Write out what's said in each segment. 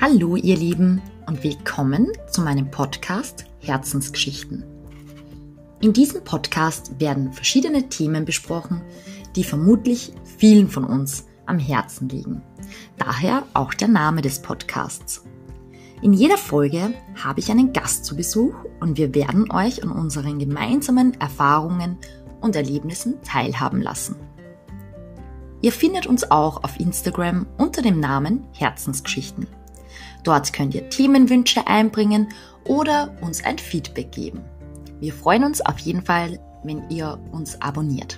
Hallo ihr Lieben und willkommen zu meinem Podcast Herzensgeschichten. In diesem Podcast werden verschiedene Themen besprochen, die vermutlich vielen von uns am Herzen liegen. Daher auch der Name des Podcasts. In jeder Folge habe ich einen Gast zu Besuch und wir werden euch an unseren gemeinsamen Erfahrungen und Erlebnissen teilhaben lassen. Ihr findet uns auch auf Instagram unter dem Namen Herzensgeschichten. Dort könnt ihr Themenwünsche einbringen oder uns ein Feedback geben. Wir freuen uns auf jeden Fall, wenn ihr uns abonniert.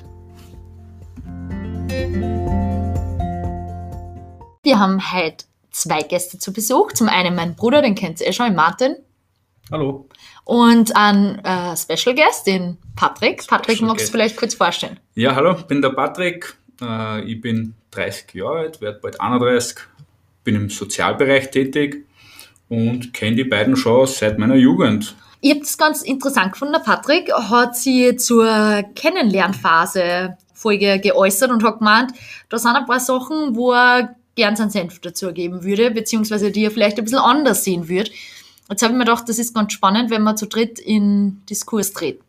Wir haben heute zwei Gäste zu Besuch. Zum einen meinen Bruder, den kennt ihr schon, den Martin. Hallo. Und einen Special Guest, den Patrick. Patrick, magst du vielleicht kurz vorstellen? Ja, hallo, ich bin der Patrick. Ich bin 30 Jahre alt, werde bald 31, bin im Sozialbereich tätig und kenne die beiden schon seit meiner Jugend. Ich habe das ganz interessant gefunden. Der Patrick hat sich zur Kennenlernphase Folge geäußert und hat gemeint, da sind ein paar Sachen, wo er gern seinen Senf dazu geben würde, beziehungsweise die er vielleicht ein bisschen anders sehen würde. Jetzt habe ich mir gedacht, das ist ganz spannend, wenn wir zu dritt in Diskurs treten.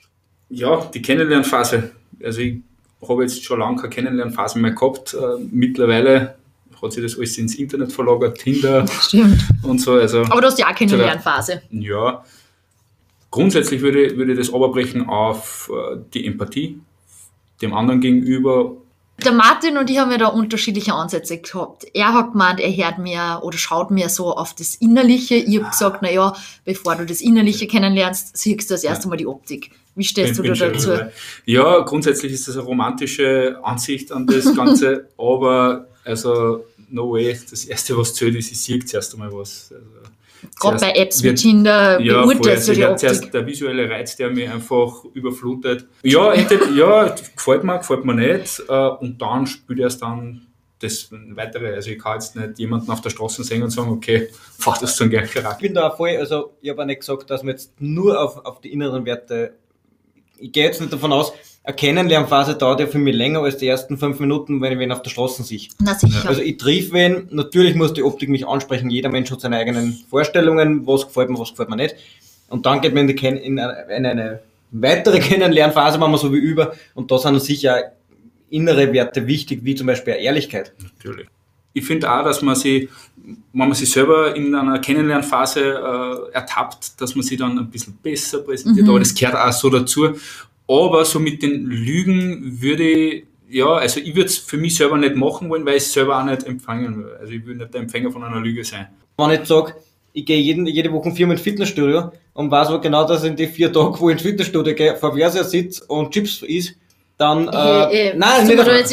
Ja, die Kennenlernphase. Also ich habe jetzt schon lange keine Kennenlernphase mehr gehabt. Mittlerweile hat sich das alles ins Internet verlagert, Tinder. Stimmt. Und so. Also, aber du hast ja auch keine Lernphase. Ja. Grundsätzlich würde ich das runterbrechen auf die Empathie dem anderen gegenüber. Der Martin und ich haben ja da unterschiedliche Ansätze gehabt. Er hat gemeint, er hört mir oder schaut mir so auf das Innerliche. Ich habe gesagt, naja, bevor du das Innerliche kennenlernst, siehst du das erste Mal die Optik. Wie stehst du da dazu? Ja, grundsätzlich ist das eine romantische Ansicht an das Ganze, aber also no way, das Erste, was zählt, ist, ich sehe zuerst einmal was. Also, gerade bei Apps wie Tinder beurteilst du die Optik. Zuerst der visuelle Reiz, der mich einfach überflutet. Ja, gefällt mir nicht. Und dann spielt erst dann das Weitere. Also ich kann jetzt nicht jemanden auf der Straße sehen und sagen, okay, fahr das zum gleichen Charakter. Ich bin da voll, also ich habe auch nicht gesagt, dass man jetzt nur auf die inneren Werte, ich gehe jetzt nicht davon aus, eine Kennenlernphase dauert ja für mich länger als die ersten 5 Minuten, wenn ich wen auf der Straße sehe. Na sicher. Also ich triff wen, natürlich muss die Optik mich ansprechen, jeder Mensch hat seine eigenen Vorstellungen, was gefällt mir nicht. Und dann geht man in eine weitere Kennenlernphase, wenn man so wie über, und da sind sicher innere Werte wichtig, wie zum Beispiel Ehrlichkeit. Natürlich. Ich finde auch, dass man sich, wenn man sich selber in einer Kennenlernphase ertappt, dass man sich dann ein bisschen besser präsentiert, aber das gehört auch so dazu. Aber so mit den Lügen würde ich würde es für mich selber nicht machen wollen, weil ich es selber auch nicht empfangen will. Also ich will nicht der Empfänger von einer Lüge sein. Wenn ich sage, ich gehe jede Woche 4 Mal ins Fitnessstudio und weiß aber genau, dass in die 4 Tagen, wo ich ins Fitnessstudio gehe, vor Fernseher sitze und Chips isst, dann, nein,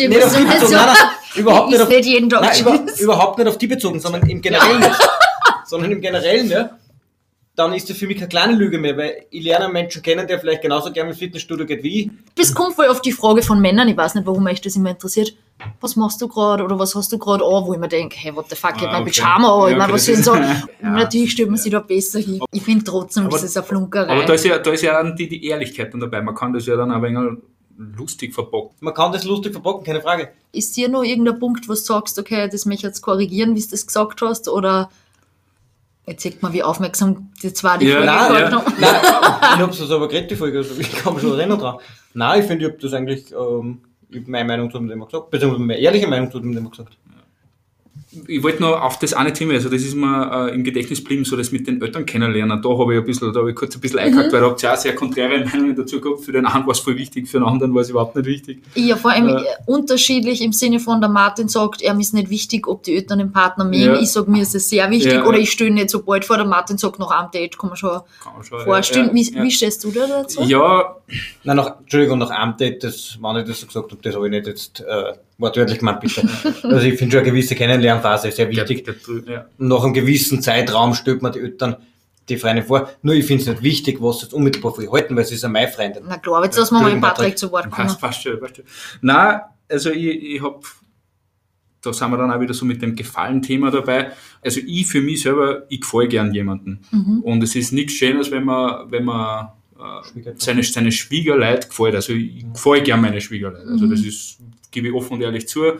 überhaupt nicht auf, nicht jeden Tag Chips. Überhaupt nicht auf die bezogen, sondern im Generellen nicht. Sondern im Generellen, ja. Dann ist das für mich keine kleine Lüge mehr, weil ich lerne einen Menschen kennen, der vielleicht genauso gerne ins Fitnessstudio geht wie ich. Das kommt voll auf die Frage von Männern, ich weiß nicht, warum mich das immer interessiert. Was machst du gerade oder was hast du gerade an, wo ich mir denke, hey, what the fuck, ich hab mein Pyjama an, ich meine, was soll ich sagen? Natürlich stellt man sich da besser hin. Ich finde trotzdem, das ist eine Flunkerei. Aber da ist ja dann die Ehrlichkeit dann dabei, man kann das ja dann ein wenig lustig verpacken. Man kann das lustig verpacken, keine Frage. Ist hier noch irgendein Punkt, wo du sagst, okay, das möchte ich jetzt korrigieren, wie du das gesagt hast, oder... Jetzt sieht man, wie aufmerksam die zwei die Folge gehört haben. Nein, ich hab's das aber geredet, die Folge, also ich kann mich schon erinnern dran. Nein, ich finde, ich habe das eigentlich, ich habe meine Meinung zu dem Thema gesagt, beziehungsweise meine ehrliche Meinung zu dem Thema gesagt. Ich wollte noch auf das eine Thema, also das ist mir im Gedächtnis geblieben, so das mit den Eltern kennenlernen, da habe ich kurz ein bisschen eingehakt, weil da habt ihr auch sehr konträre Meinungen dazu gehabt, für den einen war es voll wichtig, für den anderen war es überhaupt nicht wichtig. Ja, vor allem unterschiedlich im Sinne von, der Martin sagt, ihm ist nicht wichtig, ob die Eltern den Partner mögen, ich sage, mir ist es sehr wichtig, oder ich stelle nicht so bald vor, der Martin sagt, nach einem Date kann man schon vorstellen. Wie stehst du da dazu? Ja. Nein, nach einem Date, wenn ich das so gesagt habe, das habe ich nicht jetzt wortwörtlich gemeint, bitte. Also ich finde schon eine gewisse Kennenlernphase sehr wichtig. Nach einem gewissen Zeitraum stellt man die Eltern die Freundin vor. Nur ich finde es nicht wichtig, was sie jetzt unmittelbar für halten, weil sie ist ja meine Freundin. Na klar, jetzt lassen wir mal den Patrick zu Wort kommen. Passt schon. Nein, also ich habe, da sind wir dann auch wieder so mit dem Gefallen-Thema dabei. Also ich für mich selber, ich gefalle gern jemanden. Und es ist nichts Schönes, wenn man seine Schwiegerleute gefällt. Also ich gefalle gern meine Schwiegerleute. Also das ist, gebe ich offen und ehrlich zu.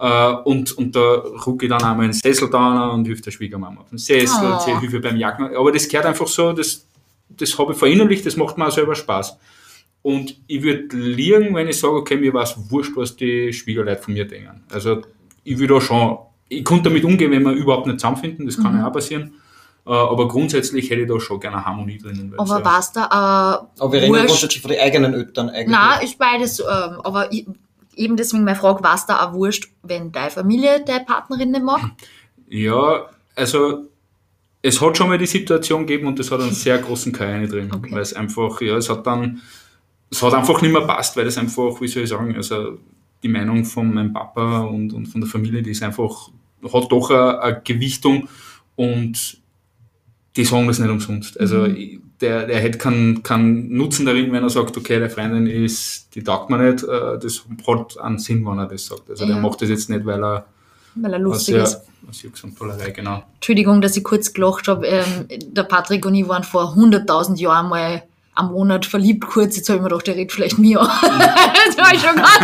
Und da rucke ich dann einmal in den Sessel da und hilft der Schwiegermama auf den Sessel, hilfe beim Jacken. Aber das gehört einfach so, das habe ich verinnerlicht, das macht mir auch selber Spaß. Und ich würde liegen, wenn ich sage, okay, mir war es wurscht, was die Schwiegerleute von mir denken. Also ich würde da schon, ich konnte damit umgehen, wenn wir überhaupt nicht zusammenfinden, das kann ja auch passieren. Aber grundsätzlich hätte ich da schon gerne Harmonie drinnen. Aber was da aber wir reden grundsätzlich von den eigenen Eltern eigentlich. Nein, ist beides, aber eben deswegen meine Frage, was da auch wurscht, wenn deine Familie deine Partnerin nicht mag? Ja, also es hat schon mal die Situation gegeben und das hat einen sehr großen Keine drin, weil es einfach, es hat einfach nicht mehr passt, weil das einfach, wie soll ich sagen, also die Meinung von meinem Papa und von der Familie, die ist einfach, hat doch eine Gewichtung und die sagen das nicht umsonst. Also der hätte keinen Nutzen darin, wenn er sagt, okay, der Freundin die taugt mir nicht, das hat einen Sinn, wenn er das sagt. Also der macht das jetzt nicht, weil er lustig ist. Aus Jux und Tollerei, genau. Entschuldigung, dass ich kurz gelacht habe. Der Patrick und ich waren vor 100.000 Jahren mal am Monat verliebt kurz. Jetzt habe ich mir gedacht, der redet vielleicht mir. Jetzt war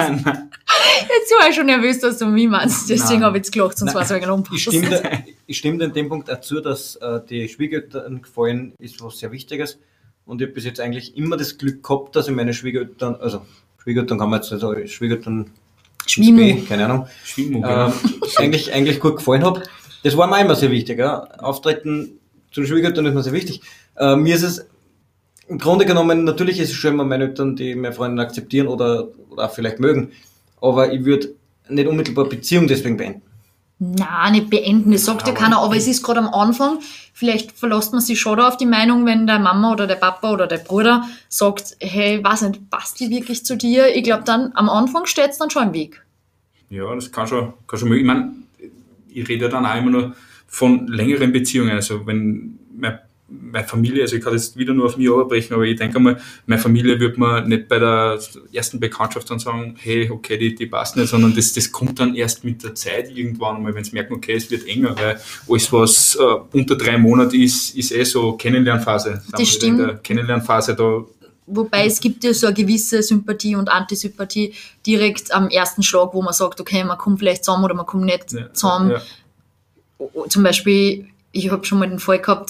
ich schon nervös, dass du mich meinst. Deswegen habe ich jetzt gelacht, sonst war es wegen Unpass. Ich stimme in dem Punkt dazu, dass die Schwiegereltern gefallen ist was sehr Wichtiges. Und ich habe bis jetzt eigentlich immer das Glück gehabt, dass ich meine Schwiegereltern kann man jetzt also Schwiegereltern Schwiemu. Keine Ahnung. Schwiemu, genau. eigentlich gut gefallen habe. Das war mir immer sehr wichtig. Ja. Auftreten zu den Schwiegereltern ist mir sehr wichtig. Mir ist es im Grunde genommen, natürlich ist es schön, wenn meine Eltern die meine Freundin akzeptieren oder auch vielleicht mögen. Aber ich würde nicht unmittelbar Beziehung deswegen beenden. Nein, nicht beenden, das sagt ja keiner, aber es ist gerade am Anfang, vielleicht verlässt man sich schon da auf die Meinung, wenn der Mama oder der Papa oder der Bruder sagt, hey, weiß nicht, passt die wirklich zu dir? Ich glaube dann, am Anfang steht es dann schon im Weg. Ja, das kann schon möglich. Ich meine, ich rede ja dann auch immer nur von längeren Beziehungen, also wenn meine Familie, also ich kann jetzt wieder nur auf mich abbrechen, aber ich denke mal, meine Familie wird mir nicht bei der ersten Bekanntschaft dann sagen, hey, okay, die passt nicht, sondern das kommt dann erst mit der Zeit irgendwann mal, wenn sie merken, okay, es wird enger, weil alles, was unter 3 Monaten ist so Kennenlernphase. Das stimmt. In der Kennenlernphase da. Wobei es gibt ja so eine gewisse Sympathie und Antisympathie direkt am ersten Schlag, wo man sagt, okay, man kommt vielleicht zusammen oder man kommt nicht zusammen. Ja. Zum Beispiel, ich habe schon mal den Fall gehabt,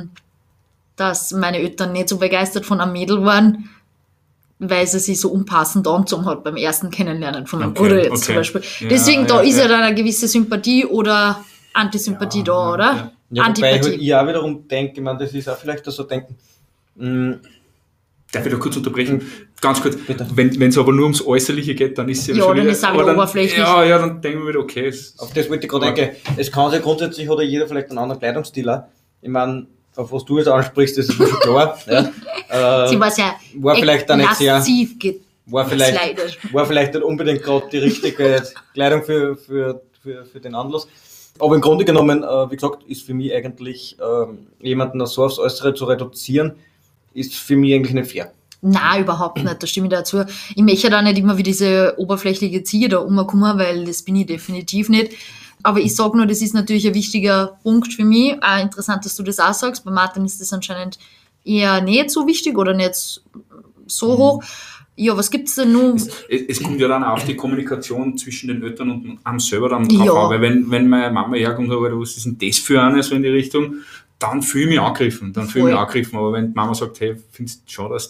dass meine Eltern nicht so begeistert von einem Mädel waren, weil sie sich so unpassend angezogen hat beim ersten Kennenlernen von meinem Bruder jetzt zum Beispiel. Ja, deswegen, da ist ja dann eine gewisse Sympathie oder Antisympathie da, oder? Ja, wobei ich auch wiederum denke, man, das ist auch vielleicht so denken. Darf ich da kurz unterbrechen? Ganz kurz. Wenn es aber nur ums Äußerliche geht, dann ist es ja dann ist es auch wieder oberflächlich. Ja, dann denken wir wieder, okay. Auf das wollte ich gerade denken. Es kann ja grundsätzlich, hat ja jeder vielleicht einen anderen Kleidungsstil auch. Ich meine, auf was du jetzt ansprichst, das ist mir schon klar. Ja. Sie war sehr vielleicht auch nicht sehr, war vielleicht nicht unbedingt gerade die richtige Kleidung für den Anlass. Aber im Grunde genommen, wie gesagt, ist für mich eigentlich jemanden so aufs Äußere zu reduzieren, ist für mich eigentlich nicht fair. Nein, überhaupt nicht, da stimme ich dazu. Ich möchte da nicht immer wie diese oberflächliche Ziege da rumkommen, weil das bin ich definitiv nicht. Aber ich sage nur, das ist natürlich ein wichtiger Punkt für mich. Auch interessant, dass du das auch sagst. Bei Martin ist das anscheinend eher nicht so wichtig oder nicht so hoch. Ja, was gibt's denn nun? Es kommt ja dann auf die Kommunikation zwischen den Eltern und einem selber dann drauf an. Weil wenn meine Mama herkommt und sagt, was ist denn das für eine, so in die Richtung, dann fühle ich mich angegriffen. Aber wenn die Mama sagt, hey, findest du schon, dass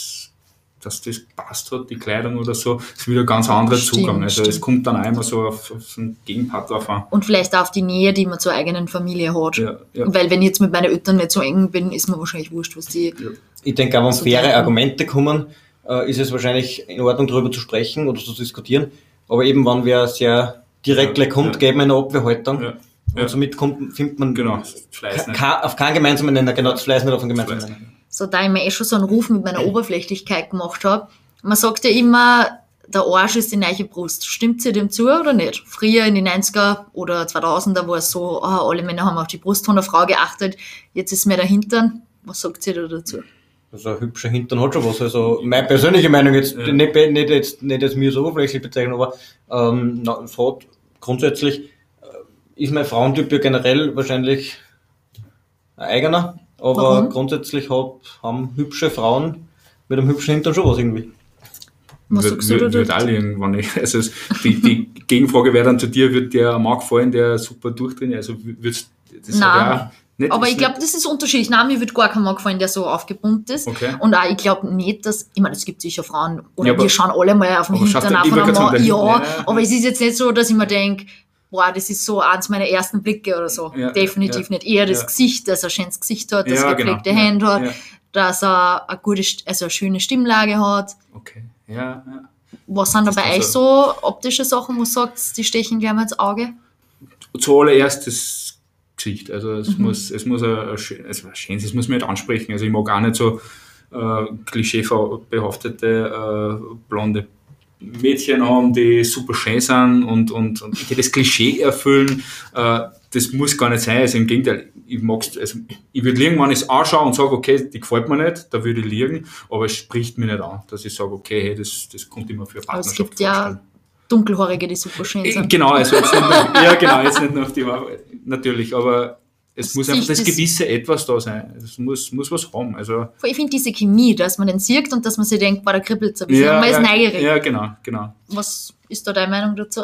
das passt hat, die Kleidung oder so, ist wieder ein ganz anderer Zugang. Also es kommt dann einmal so auf so einen Gegenpart drauf an. Und vielleicht auch auf die Nähe, die man zur eigenen Familie hat. Ja. Weil wenn ich jetzt mit meinen Eltern nicht so eng bin, ist mir wahrscheinlich wurscht, was die... Ja. Ich denke, auch wenn faire Argumente kommen, ist es wahrscheinlich in Ordnung, darüber zu sprechen oder zu diskutieren. Aber eben, wenn wer sehr direkt kommt, geben wir eine Abwehrhaltung. Ja. Und somit findet man auf keinen gemeinsamen Nenner, das Fleiß nicht auf einen gemeinsamen Nenner. So, da ich mir schon so einen Ruf mit meiner Oberflächlichkeit gemacht habe, man sagt ja immer, der Arsch ist die neue Brust. Stimmt sie dem zu oder nicht? Früher in den 90er oder 2000er war es so, alle Männer haben auf die Brust von der Frau geachtet, jetzt ist mehr der Hintern. Was sagt sie da dazu? Also ein hübscher Hintern hat schon was. Also meine persönliche Meinung, jetzt nicht jetzt mir so oberflächlich bezeichnen, aber es hat grundsätzlich ist mein Frauentyp ja generell wahrscheinlich ein eigener, aber grundsätzlich haben hübsche Frauen mit einem hübschen Hintern schon was irgendwie. Wird auch irgendwann nicht. Also die Gegenfrage wäre dann zu dir, wird der Mann gefallen, der super durchtrainiert? Also das nein, nicht, aber ich glaube, das ist unterschiedlich. Nein, mir wird gar kein Mann gefallen, der so aufgepumpt ist. Okay. Und auch, ich glaube nicht, dass, ich meine, es gibt sicher Frauen, oder wir schauen alle mal auf den Hintern auch von einem Mann. Ja, aber es ist jetzt nicht so, dass ich mir denke, boah, das ist so eins meiner ersten Blicke oder so. Ja, definitiv nicht. Eher das Gesicht, dass er ein schönes Gesicht hat, dass er gepflegte Hände hat, dass er eine schöne Stimmlage hat. Okay, ja. Was sind da bei euch so optische Sachen, wo du sagst, die stechen gleich mal ins Auge? Zuallererst das Gesicht. Also es muss ein schönes, es muss mich nicht ansprechen. Also ich mag auch nicht so klischeebehaftete blonde Mädchen haben, die super schön sind und die das Klischee erfüllen. Das muss gar nicht sein. Also im Gegenteil, ich würde liegen, wenn ich es anschaue und sage, okay, die gefällt mir nicht, da würde ich liegen, aber es spricht mich nicht an, dass ich sage, okay, hey, das kommt immer für eine Partnerschaft. Aber es gibt ja Dunkelhaarige, die super schön sind. Genau, also jetzt nicht nur auf die Wahrheit, natürlich, aber es muss einfach das gewisse Etwas da sein. Es muss was haben. Also ich finde diese Chemie, dass man den sieht und dass man sich denkt, da kribbelt es ein bisschen. Man ist neugierig. Ja, genau. Was ist da deine Meinung dazu?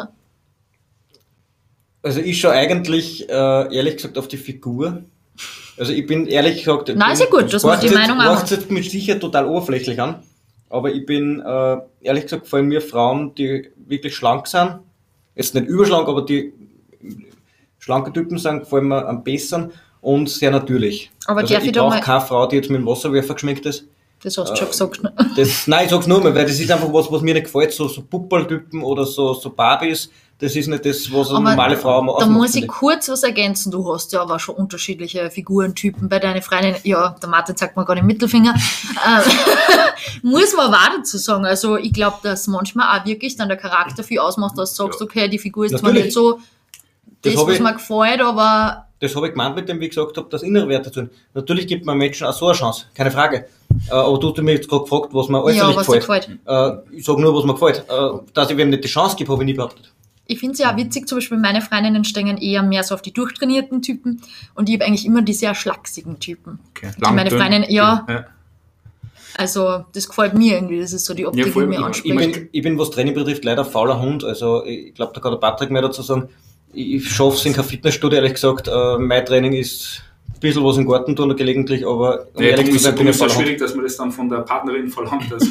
Also ich schaue eigentlich, ehrlich gesagt, auf die Figur. Also ich bin ehrlich gesagt... Nein, ist ja gut, dass man die Meinung auch hat. Das hört mich sicher total oberflächlich an, aber ich bin, ehrlich gesagt, gefallen mir Frauen, die wirklich schlank sind. Jetzt nicht überschlank, aber die schlanke Typen sind, gefallen mir am besten und sehr natürlich. Aber also ich brauche keine Frau, die jetzt mit dem Wasserwerfer geschminkt ist. Das hast du schon gesagt. Ne? Nein, ich sag's nur mal, weil das ist einfach was mir nicht gefällt, so Puppeltypen oder so Barbies. Das ist nicht das, was eine normale Frau ausmacht. Da muss ich kurz was ergänzen. Du hast ja aber schon unterschiedliche Figurentypen bei deinen Freundinnen. Ja, der Martin zeigt mir gerade den Mittelfinger. Muss man aber auch dazu sagen. Also ich glaube, dass manchmal auch wirklich dann der Charakter viel ausmacht, dass du sagst, okay, die Figur ist zwar nicht so das was mir gefällt, aber... Das habe ich gemeint mit dem, wie ich gesagt habe, das innere Werte zu tun. Natürlich gibt man Menschen auch so eine Chance, keine Frage. Aber du hast mich jetzt gerade gefragt, was mir äußerlich gefällt. Ich sage nur, was mir gefällt. Dass ich wem nicht die Chance gebe, habe ich nie behauptet. Ich finde es ja auch witzig, zum Beispiel meine Freundinnen stehen eher mehr so auf die durchtrainierten Typen und ich habe eigentlich immer die sehr schlachsigen Typen. Okay. Meine Freundinnen, ja. Also das gefällt mir irgendwie, das ist so die Optik, die mir anspricht. Ich bin, was Training betrifft, leider fauler Hund. Also ich glaube, da kann der Patrick mehr dazu sagen. Ich schaffe es in kein Fitnessstudio, ehrlich gesagt. Mein Training ist ein bisschen was im Garten tun gelegentlich, aber ehrlich gesagt bin ich so schwierig, dass man das dann von der Partnerin verlangt. Das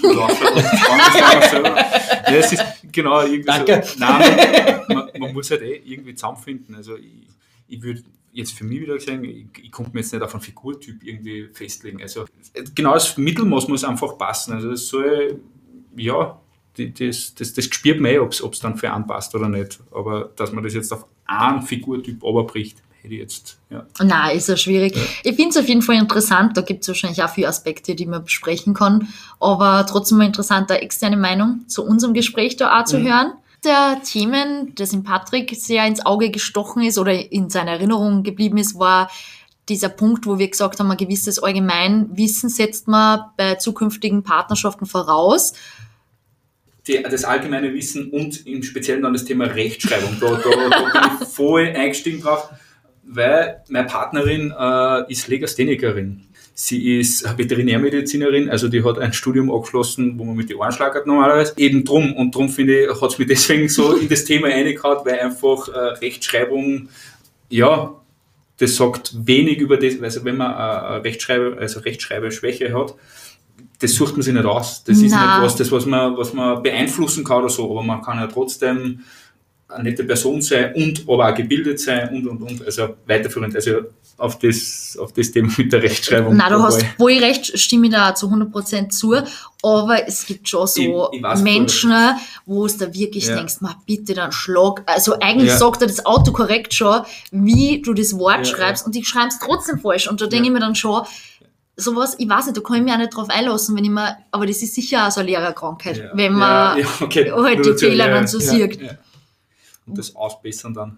ist genau irgendwie Danke. So. Nein, man muss halt irgendwie zusammenfinden. Also ich würde jetzt für mich wieder sagen, ich konnte mir jetzt nicht auf einen Figurtyp irgendwie festlegen. Also genau das Mittelmaß muss einfach passen. Also das soll, das spürt man ob es dann für einen passt oder nicht. Aber dass man das jetzt auf einen Figurtyp runterbricht, hätte ich jetzt, Nein, ist ja schwierig. Ja. Ich finde es auf jeden Fall interessant, da gibt es wahrscheinlich auch viele Aspekte, die man besprechen kann, aber trotzdem mal interessant, eine externe Meinung zu unserem Gespräch da auch zu hören. Der Themen, das in Patrick sehr ins Auge gestochen ist oder in seiner Erinnerung geblieben ist, war dieser Punkt, wo wir gesagt haben, ein gewisses Allgemeinwissen setzt man bei zukünftigen Partnerschaften voraus. Das allgemeine Wissen und im Speziellen dann das Thema Rechtschreibung. Da bin ich voll eingestiegen drauf, weil meine Partnerin ist Legasthenikerin. Sie ist Veterinärmedizinerin, also die hat ein Studium abgeschlossen, wo man mit den Ohren schlagert normalerweise. Eben drum. Und drum finde ich, hat es mich deswegen so in das Thema reingehauen, weil einfach Rechtschreibung, das sagt wenig über das, also wenn man Rechtschreibeschwäche hat, das sucht man sich nicht aus. Das ist nicht was man beeinflussen kann oder so, aber man kann ja trotzdem eine nette Person sein und aber auch gebildet sein und. Also weiterführend, also auf das Thema mit der Rechtschreibung. Nein, du hast wohl recht, stimme ich da zu 100% zu, aber es gibt schon so Menschen, wo es da wirklich denkst, bitte dann schlag, also eigentlich sagt er das Autokorrekt schon, wie du das Wort schreibst und ich schreibe es trotzdem falsch und da denke ich mir dann schon, sowas, ich weiß nicht, da kann ich mich auch nicht drauf einlassen, aber das ist sicher auch so eine Lehrerkrankheit, wenn man halt die Fehler dann so sieht. Ja. Und das Ausbessern dann.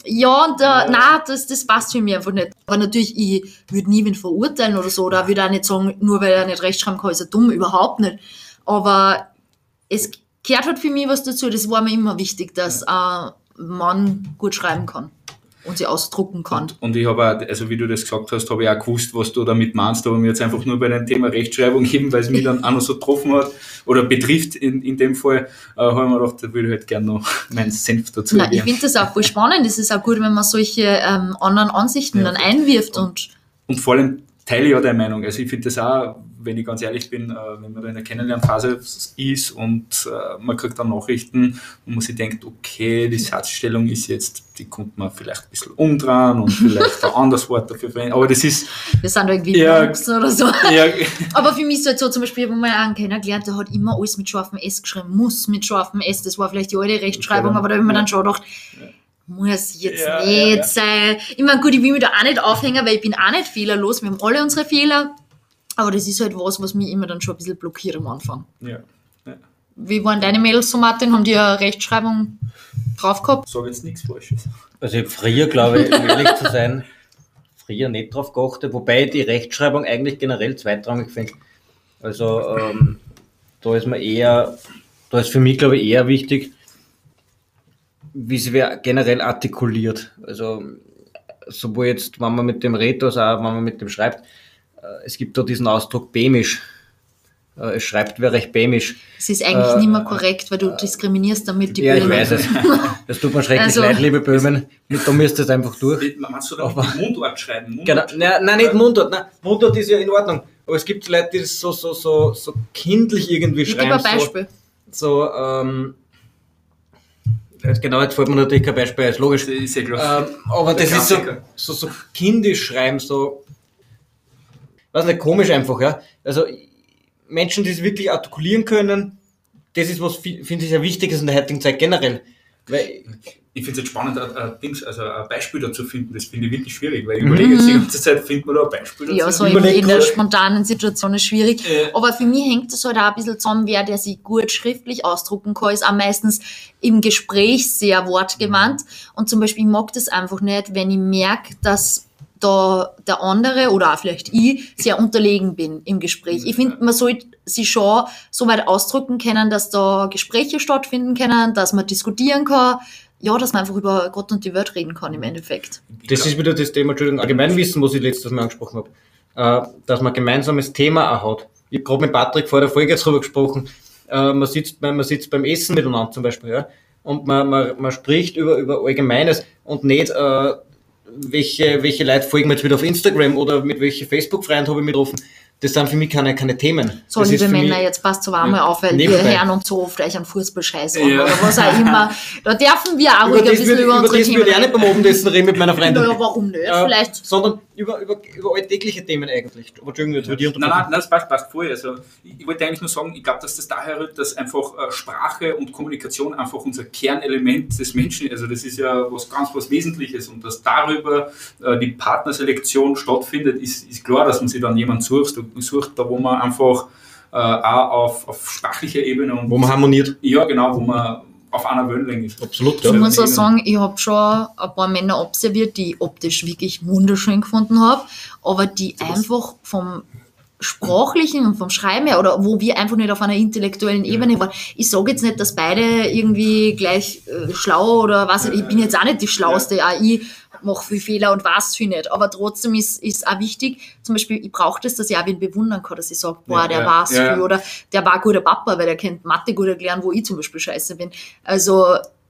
Das passt für mich einfach nicht. Aber natürlich, ich würde nie wen verurteilen oder so, oder würde auch nicht sagen, nur weil er nicht rechtschreiben kann, ist er dumm, überhaupt nicht. Aber es gehört halt für mich was dazu, das war mir immer wichtig, dass ein Mann gut schreiben kann. und sie ausdrucken kann. Und ich habe auch, also wie du das gesagt hast, habe ich auch gewusst, was du damit meinst, aber mir jetzt einfach nur bei dem Thema Rechtschreibung eben, weil es mich dann auch noch so getroffen hat oder betrifft in dem Fall, habe ich mir gedacht, da würde ich halt gerne noch meinen Senf dazu geben. Ich finde das auch voll spannend, es ist auch gut, wenn man solche anderen Ansichten dann einwirft. Und vor allem teile ich ja deine Meinung. Also ich finde das auch, wenn ich ganz ehrlich bin, wenn man da in der Kennenlernphase ist und man kriegt dann Nachrichten und man sich denkt, okay, die Satzstellung ist jetzt, die kommt man vielleicht ein bisschen umdrehen und vielleicht ein anderes Wort dafür verwenden. Aber das ist... Wir sind irgendwie Bronx oder so. Ja. Aber für mich ist es halt so, zum Beispiel, wo man einen kennengelernt, der hat immer alles mit scharfem S geschrieben, muss mit scharfem S. Das war vielleicht die alte Rechtschreibung, aber da habe ich mir dann schon gedacht, muss jetzt nicht sein. Ich meine, gut, ich will mich da auch nicht aufhängen, weil ich bin auch nicht fehlerlos. Wir haben alle unsere Fehler. Aber das ist halt was mich immer dann schon ein bisschen blockiert am Anfang. Ja. Wie waren deine Mädels so, Martin? Haben die eine Rechtschreibung drauf gehabt? Ich sage jetzt nichts Falsches. Also ich habe früher, glaube ich, um ehrlich zu sein, nicht drauf geachtet, wobei ich die Rechtschreibung eigentlich generell zweitrangig finde. Also da ist für mich, glaube ich, eher wichtig, wie sie wer generell artikuliert. Also sowohl jetzt, wenn man mit dem redet, als auch wenn man mit dem schreibt. Es gibt da diesen Ausdruck bämisch. Es schreibt wer recht bämisch. Es ist eigentlich nicht mehr korrekt, weil du diskriminierst damit die Böhmen. Ja, ich weiß es. Das tut mir schrecklich leid, liebe Böhmen. Mit da müsst ihr es einfach durch. Meinst du da nicht Mundart schreiben? Mundart? Genau. Nein, nicht Mundart. Nein, Mundart ist ja in Ordnung. Aber es gibt Leute, die das so kindlich irgendwie schreiben. Gib ein Beispiel. Genau, jetzt fällt mir natürlich kein Beispiel, ist logisch. Das ist ja klar. Aber das ist so kindisch schreiben, so, weiß nicht, komisch einfach, ja. Also, Menschen, die es wirklich artikulieren können, das ist was, finde ich, sehr Wichtiges in der heutigen Zeit generell. Weil ich finde es jetzt spannend, ein Beispiel dazu finden, das finde ich wirklich schwierig, weil ich überlege jetzt die ganze Zeit, findet man da ein Beispiel dazu? Ja, so in der spontanen Situation ist schwierig. Aber für mich hängt das halt auch ein bisschen zusammen, wer der sich gut schriftlich ausdrucken kann, ist auch meistens im Gespräch sehr wortgewandt. Und zum Beispiel, ich mag das einfach nicht, wenn ich merke, dass da der andere oder auch vielleicht ich sehr unterlegen bin im Gespräch. Ich finde, man sollte sich schon so weit ausdrücken können, dass da Gespräche stattfinden können, dass man diskutieren kann, ja, dass man einfach über Gott und die Welt reden kann im Endeffekt. Das ist wieder das Thema, Entschuldigung, Allgemeinwissen, was ich letztes Mal angesprochen habe, dass man gemeinsames Thema auch hat. Ich habe gerade mit Patrick vor der Folge jetzt darüber gesprochen, man sitzt beim Essen miteinander zum Beispiel, ja, und man spricht über Allgemeines und nicht, welche Leute folgen mir jetzt wieder auf Instagram oder mit welchen Facebook-Freunden habe ich mich getroffen. Das sind für mich keine Themen. So, das liebe Männer, jetzt passt so einmal auf, weil wir hören uns so oft euch einen Fußballscheiß an oder was auch immer. Da dürfen wir auch ruhig ein bisschen über unsere Themen reden. Ich würde nicht beim Abendessen reden mit meiner Freundin. Ja, warum nicht? Vielleicht. Sondern über alltägliche Themen eigentlich. Aber Entschuldigung, Nein, das passt voll. Also, ich wollte eigentlich nur sagen, ich glaube, dass das daher rührt, dass einfach Sprache und Kommunikation einfach unser Kernelement des Menschen, also das ist ja was Wesentliches und dass darüber die Partnerselektion stattfindet, ist klar, dass man sich dann jemanden sucht, da wo man einfach auch auf sprachlicher Ebene und wo man harmoniert. Ja, genau, wo man auf einer Wellenlänge ist. Absolut. Ich muss auch sagen, ich habe schon ein paar Männer observiert, die ich optisch wirklich wunderschön gefunden habe, aber die einfach vom Sprachlichen und vom Schreiben her, oder wo wir einfach nicht auf einer intellektuellen Ebene waren. Ich sage jetzt nicht, dass beide irgendwie gleich schlau oder was, ich bin jetzt auch nicht die Schlauste, auch ich mache viel Fehler und weiß viel nicht, aber trotzdem ist auch wichtig, zum Beispiel, ich brauche das, dass ich auch wen bewundern kann, dass ich sage, boah, der weiß viel, oder der war ein guter Papa, weil der kennt Mathe gut erklären, wo ich zum Beispiel scheiße bin. Also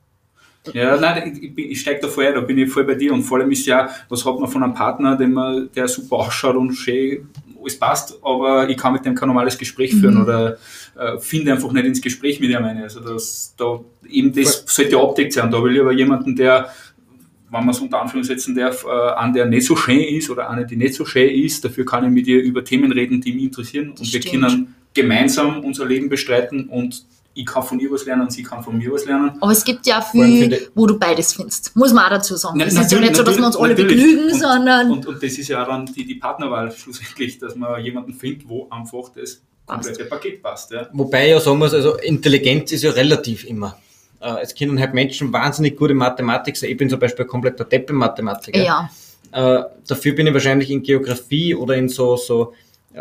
ja, nein, ich steige da voll ein, da bin ich voll bei dir und vor allem ist ja, was hat man von einem Partner, der super ausschaut und schön alles passt, aber ich kann mit dem kein normales Gespräch führen oder finde einfach nicht ins Gespräch mit ihm eine. Also das sollte ja abdeckt sein. Da will ich aber jemanden, der, wenn man es unter Anführung setzen darf, der nicht so schön ist oder eine, die nicht so schön ist, dafür kann ich mit ihr über Themen reden, die mich interessieren und wir können gemeinsam unser Leben bestreiten und ich kann von ihr was lernen und sie kann von mir was lernen. Aber es gibt ja viel, wo du beides findest. Muss man auch dazu sagen. Es ist ja nicht so, dass wir uns alle begnügen, sondern... Und das ist ja dann die Partnerwahl schlussendlich, dass man jemanden findet, wo einfach das komplette Paket passt. Ja. Wobei ja sagen muss, also Intelligenz ist ja relativ immer. Es können halt Menschen wahnsinnig gute Mathematik sein. Ich bin zum Beispiel komplett der Deppe-Mathematiker. Ja. Dafür bin ich wahrscheinlich in Geografie oder in so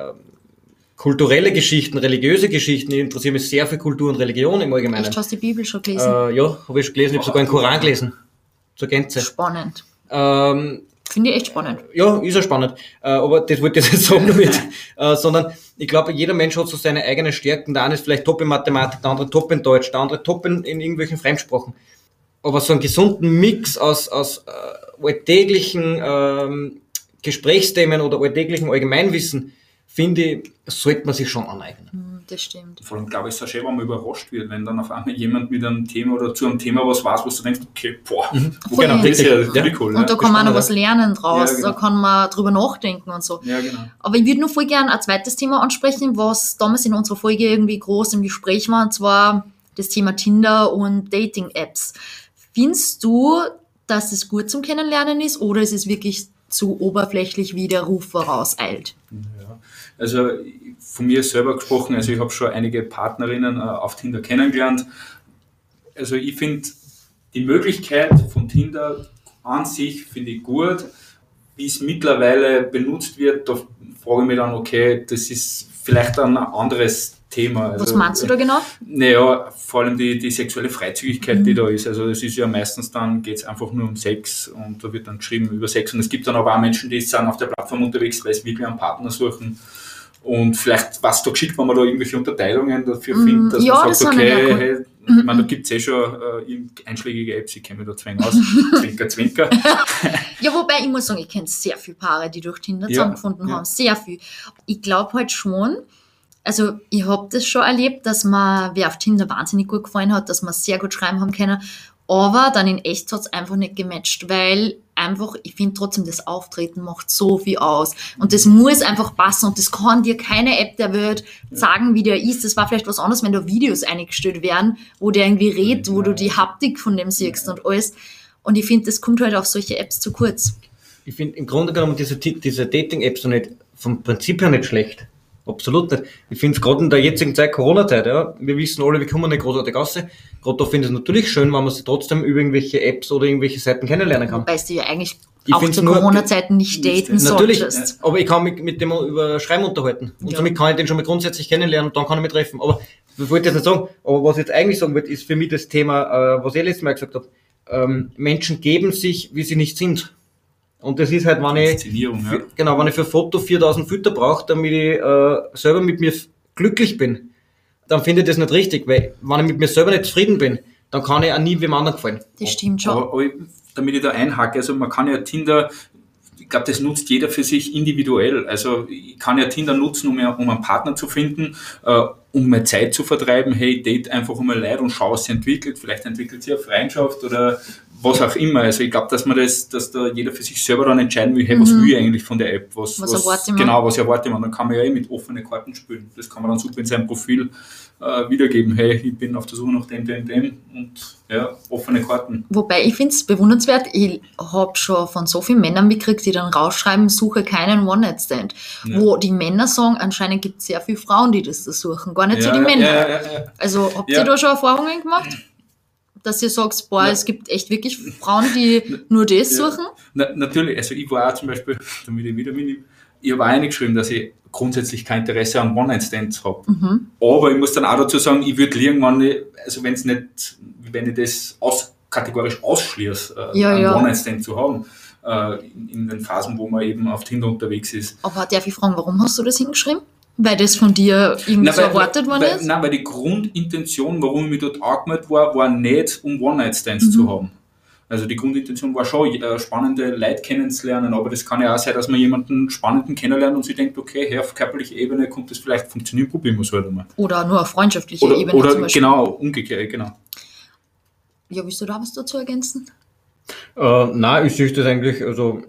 kulturelle Geschichten, religiöse Geschichten. Ich interessiere mich sehr für Kultur und Religion im Allgemeinen. Echt, hast du die Bibel schon gelesen? Ja, habe ich schon gelesen. Ich habe sogar einen Koran gelesen. Zur Gänze. Spannend. Finde ich echt spannend. Ja, ist ja spannend. Aber das wollte ich jetzt nicht sagen damit. Sondern ich glaube, jeder Mensch hat so seine eigenen Stärken. Der eine ist vielleicht top in Mathematik, der andere top in Deutsch, der andere top in irgendwelchen Fremdsprachen. Aber so einen gesunden Mix aus alltäglichen Gesprächsthemen oder alltäglichen Allgemeinwissen, finde ich, sollte man sich schon aneignen. Das stimmt. Vor allem, glaube ich, ist es auch schön, wenn man überrascht wird, wenn dann auf einmal jemand mit einem Thema oder zu einem Thema was weiß, wo du denkst, okay, genau, das ist ja richtig cool. Und da kann man auch noch was lernen draus, Ja, genau. Da kann man drüber nachdenken und so. Ja, genau. Aber ich würde noch voll gerne ein zweites Thema ansprechen, was damals in unserer Folge irgendwie groß im Gespräch war, und zwar das Thema Tinder und Dating-Apps. Findest du, dass es gut zum Kennenlernen ist, oder ist es wirklich zu oberflächlich, wie der Ruf vorauseilt? Ja. Also von mir selber gesprochen, also ich habe schon einige Partnerinnen auf Tinder kennengelernt. Also ich finde die Möglichkeit von Tinder an sich finde ich gut. Wie es mittlerweile benutzt wird, da frage ich mich dann, okay, das ist vielleicht ein anderes Thema. Also, was meinst du da genau? Naja, vor allem die sexuelle Freizügigkeit, die da ist. Also es ist ja meistens dann, geht es einfach nur um Sex und da wird dann geschrieben über Sex. Und es gibt dann aber auch Menschen, die sind auf der Plattform unterwegs, weil sie wirklich einen Partner suchen. Und vielleicht was da geschickt, wenn man da irgendwelche Unterteilungen dafür findet, dass man sagt, okay, hey, ich meine, da gibt es schon einschlägige Apps, ich kenne mich da zwingend aus, Zwinker, Zwinker. Ja, wobei ich muss sagen, ich kenne sehr viele Paare, die durch Tinder zusammengefunden haben, sehr viel. Ich glaube halt schon, also ich habe das schon erlebt, dass mir wer auf Tinder wahnsinnig gut gefallen hat, dass wir sehr gut schreiben haben können, aber dann in echt hat es einfach nicht gematcht, weil einfach, ich finde trotzdem, das Auftreten macht so viel aus und das muss einfach passen und das kann dir keine App der Welt sagen, wie der ist. Das war vielleicht was anderes, wenn da Videos eingestellt wären, wo der irgendwie redet, wo du die Haptik von dem siehst und alles, und ich finde, das kommt halt auf solche Apps zu kurz. Ich finde im Grunde genommen diese Dating-Apps so nicht, vom Prinzip her nicht schlecht. Absolut nicht. Ich finde es gerade in der jetzigen Zeit, Corona-Zeit, ja, wir wissen alle, wir kommen nicht großartig raus. Gerade da finde ich es natürlich schön, wenn man sich trotzdem über irgendwelche Apps oder irgendwelche Seiten kennenlernen kann. Wobei du ja eigentlich ich auch zu Corona-Zeiten nicht daten natürlich, solltest. Aber ich kann mich mit dem über Schreiben unterhalten. Und somit kann ich den schon mal grundsätzlich kennenlernen und dann kann ich mich treffen. Aber das wollte ich jetzt nicht sagen. Aber was ich jetzt eigentlich sagen wollte, ist für mich das Thema, was ich letztes Mal gesagt habe. Menschen geben sich, wie sie nicht sind. Und das ist halt, wenn ich für Foto 4000 Filter brauche, damit ich selber mit mir glücklich bin, dann finde ich das nicht richtig, weil wenn ich mit mir selber nicht zufrieden bin, dann kann ich auch nie wem anderen gefallen. Das stimmt schon. Aber damit ich da einhake, also man kann ja Tinder, ich glaube, das nutzt jeder für sich individuell. Also ich kann ja Tinder nutzen, um einen Partner zu finden, um meine Zeit zu vertreiben. Hey, date einfach einmal Leute und schau, was sie entwickelt. Vielleicht entwickelt sie eine Freundschaft oder was auch immer. Also ich glaube, dass da jeder für sich selber dann entscheiden will, hey, was will ich eigentlich von der App? Was erwarte man? Genau, was erwarte man? Dann kann man ja mit offenen Karten spielen. Das kann man dann super in seinem Profil wiedergeben. Hey, ich bin auf der Suche nach dem und ja, offene Karten. Wobei, ich finde es bewundernswert, ich habe schon von so vielen Männern mitgekriegt, die dann rausschreiben, suche keinen One-Night-Stand. Ja. Wo die Männer sagen, anscheinend gibt es sehr viele Frauen, die das suchen, gar nicht so die Männer. Ja. Also habt ihr da schon Erfahrungen gemacht? Dass ihr sagt, es gibt echt wirklich Frauen, die nur das suchen? Natürlich, also ich war auch zum Beispiel, damit ich wieder mitnehme, ich habe auch eingeschrieben, dass ich grundsätzlich kein Interesse an One-Night-Stands habe. Aber ich muss dann auch dazu sagen, ich würde irgendwann, also wenn ich das kategorisch ausschließe, einen One-Night-Stand zu haben, in den Phasen, wo man eben auf Tinder unterwegs ist. Aber darf ich fragen, warum hast du das hingeschrieben? Weil das von dir irgendwie so erwartet worden ist? Nein, weil die Grundintention, warum ich mich dort angemeldet war nicht, um One-Night-Stands zu haben. Also die Grundintention war schon, spannende Leute kennenzulernen, aber das kann ja auch sein, dass man jemanden Spannenden kennenlernt und sich denkt, okay, auf körperlicher Ebene kommt das vielleicht funktionieren, probieren wir es halt einmal. Oder nur auf freundschaftlicher Ebene oder zum Beispiel. Genau, umgekehrt, genau. Ja, willst du da was dazu ergänzen? Nein, ich sehe das eigentlich, also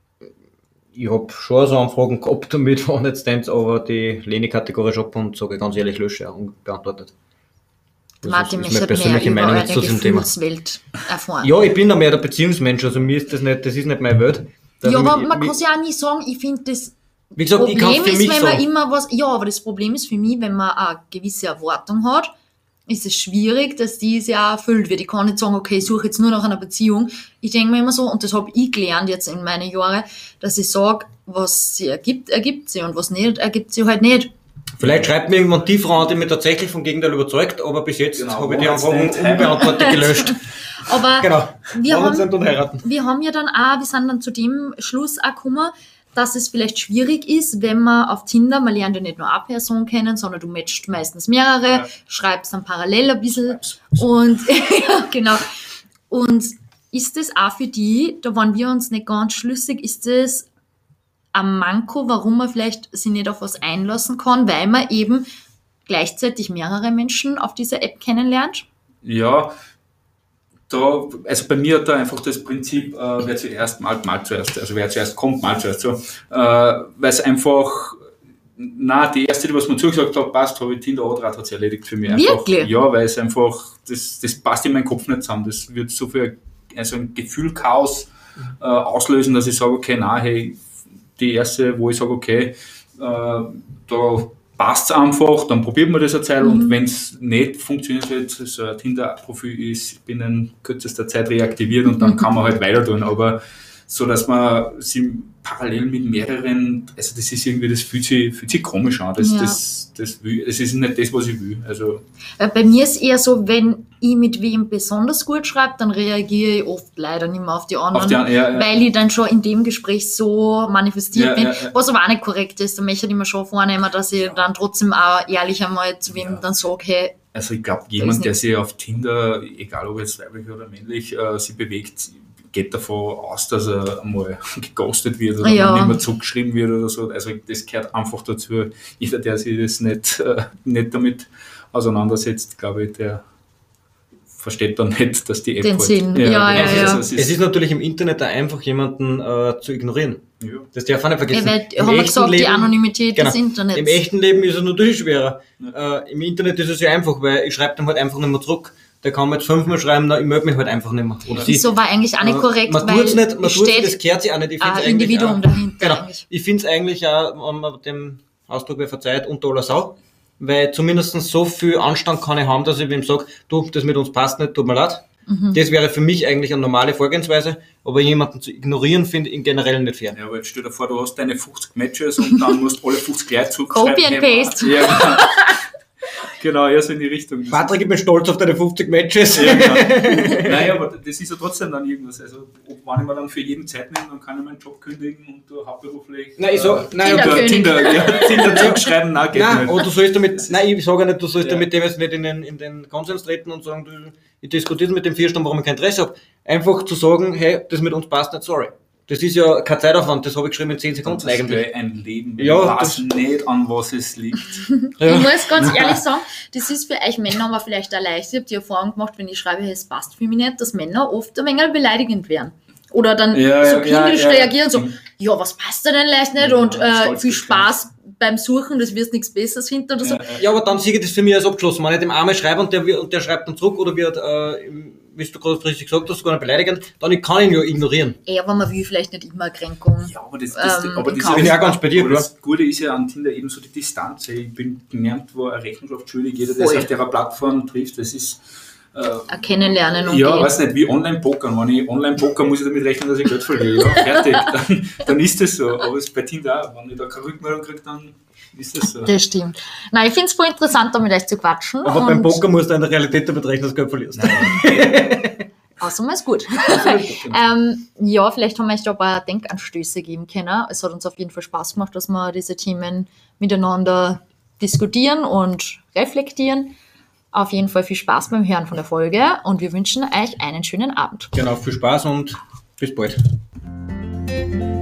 ich habe schon so Anfragen gehabt mit One-Night-Stands, aber die lehne ich kategorisch ab und sage ganz ehrlich, lösche unbeantwortet. Martin möchte mehr über eure Gefühlswelt erfahren. Ja, ich bin da mehr der Beziehungsmensch, also mir ist das nicht meine Welt. Ja, aber man kann es ja auch nie sagen, ich finde das wie gesagt, Problem ist, wenn man immer was, ja, aber das Problem ist für mich, wenn man eine gewisse Erwartung hat, ist es schwierig, dass diese ja erfüllt wird. Ich kann nicht sagen, okay, ich suche jetzt nur nach einer Beziehung. Ich denke mir immer so, und das habe ich gelernt jetzt in meinen Jahren, dass ich sage, was sie ergibt, ergibt sie und was nicht, ergibt sie halt nicht. Vielleicht schreibt mir irgendwann die Frau, die mich tatsächlich vom Gegenteil überzeugt, aber bis jetzt habe ich die Anfragen unbeantwortet gelöscht. Aber genau. wir sind und heiraten. wir sind dann zu dem Schluss auch gekommen, dass es vielleicht schwierig ist, wenn man auf Tinder, man lernt ja nicht nur eine Person kennen, sondern du matchst meistens mehrere, schreibst dann parallel ein bisschen und ja, genau. Und ist das auch für die, da waren wir uns nicht ganz schlüssig, ist das ein Manko, warum man vielleicht sich nicht auf was einlassen kann, weil man eben gleichzeitig mehrere Menschen auf dieser App kennenlernt? Ja, also bei mir hat da einfach das Prinzip, wer zuerst malt, mal zuerst. Also wer zuerst kommt, mal zuerst. So. Weil es einfach, die erste, die was man zugesagt hat, passt, habe ich Tinder-Adrat, hat es erledigt für mich. Wirklich? Einfach, ja, weil es einfach, das passt in meinen Kopf nicht zusammen. Das wird so viel, also ein Gefühlchaos auslösen, dass ich sage, okay, hey, die erste, wo ich sage, okay, da passt es einfach, dann probiert man das eine Zeit und wenn es nicht funktioniert, wird so ein Tinder-Profil ist binnen kürzester Zeit reaktiviert und dann kann man halt weiter tun, aber so, dass man sie parallel mit mehreren, also das ist irgendwie, das fühlt sich komisch an, das ist nicht das, was ich will. Also bei mir ist eher so, wenn ich mit wem besonders gut schreibe, dann reagiere ich oft leider nicht mehr auf die anderen, weil ich dann schon in dem Gespräch so manifestiert bin, was aber auch nicht korrekt ist. Da möchte ich mir schon vornehmen, dass ich dann trotzdem auch ehrlich einmal zu wem dann sage, hey, also ich glaube, jemand, der sich auf Tinder, egal ob jetzt weiblich oder männlich, sich bewegt, geht davon aus, dass er einmal geghostet wird oder nicht mehr zurückgeschrieben wird oder so. Also das gehört einfach dazu. Jeder, der sich das nicht damit auseinandersetzt, glaube ich, der versteht dann nicht, dass die App den Sinn. Also es ist natürlich im Internet auch einfach, jemanden zu ignorieren. Ja. Das darf man nicht vergessen. Ja, haben wir gesagt, die Anonymität des Internets. Im echten Leben ist es natürlich schwerer. Ja. Im Internet ist es ja einfach, weil ich schreibe dann halt einfach nicht mehr zurück. Der kann mir jetzt 5-mal schreiben, ich melde mich halt einfach nicht mehr. Oder so war eigentlich auch nicht korrekt, man weil tut's nicht, das gehört sich auch nicht. Ich ein Individuum dahinter. Genau. Ich finde es eigentlich auch, wenn man dem Ausdruck wer verzeiht, unter aller Sau, weil zumindest so viel Anstand kann ich haben, dass ich ihm sage, du, das mit uns passt nicht, tut mir leid. Das wäre für mich eigentlich eine normale Vorgehensweise, aber jemanden zu ignorieren, finde ich generell nicht fair. Ja, aber jetzt stell dir vor, du hast deine 50 Matches und dann musst alle 50 gleich zurückschreiben. Copy and Paste. Ja, genau, eher so in die Richtung. Patrick, ich bin stolz auf deine 50 Matches. Ja, genau. Nein, aber das ist ja trotzdem dann irgendwas. Also, wenn ich mir dann für jeden Zeit nehme, dann kann ich meinen Job kündigen und hauptberuflich Tinder zurückschreiben, geht nicht. Oder du sollst damit, ich sage nicht, du sollst damit dem jetzt nicht in den Konsens treten und sagen, ich diskutiere mit dem 4 Stunden, warum ich kein Interesse habe. Einfach zu sagen, hey, das mit uns passt nicht, sorry. Das ist ja kein Zeitaufwand, das habe ich geschrieben in 10 Sekunden das eigentlich. Das ein Leben, ich weiß nicht, an was es liegt. Ich muss ganz ehrlich sagen, das ist für euch Männer aber vielleicht auch leicht. Ich habe die Erfahrung gemacht, wenn ich schreibe, hey, es passt für mich nicht, dass Männer oft ein wenig beleidigend werden. Oder dann so kindisch reagieren, so, was passt da denn leicht nicht und viel Spaß beim Suchen, das wirst nichts Besseres finden oder so. Ja, aber dann sehe ich das für mich als abgeschlossen. Wenn ich dem einmal schreibe und der schreibt dann zurück oder wird, wie du gerade richtig gesagt hast, sogar nicht beleidigend, dann kann ich ihn ja ignorieren. Aber man will vielleicht nicht immer Kränkung. Ja, aber das bin ich auch ganz bei dir. Aber das Gute ist ja an Tinder eben so die Distanz. Ich bin gelernt, wo eine Rechenschaft schuldig, jeder, der sich auf der Plattform trifft, das ist ein Kennenlernen und weiß nicht, wie Online-Pokern. Wenn ich Online-Poker, muss ich damit rechnen, dass ich Geld verliere. Ja, fertig. Dann ist das so. Aber es ist bei Tinder auch. Wenn ich da keine Rückmeldung kriege, dann ist das so. Das stimmt. Nein, ich finde es voll interessant, da mit euch zu quatschen. Aber beim Poker musst du in der Realität damit rechnen, dass du Geld verlierst. Außer mal ist gut. Vielleicht haben wir euch da ein paar Denkanstöße geben können. Es hat uns auf jeden Fall Spaß gemacht, dass wir diese Themen miteinander diskutieren und reflektieren. Auf jeden Fall viel Spaß beim Hören von der Folge und wir wünschen euch einen schönen Abend. Genau, viel Spaß und bis bald.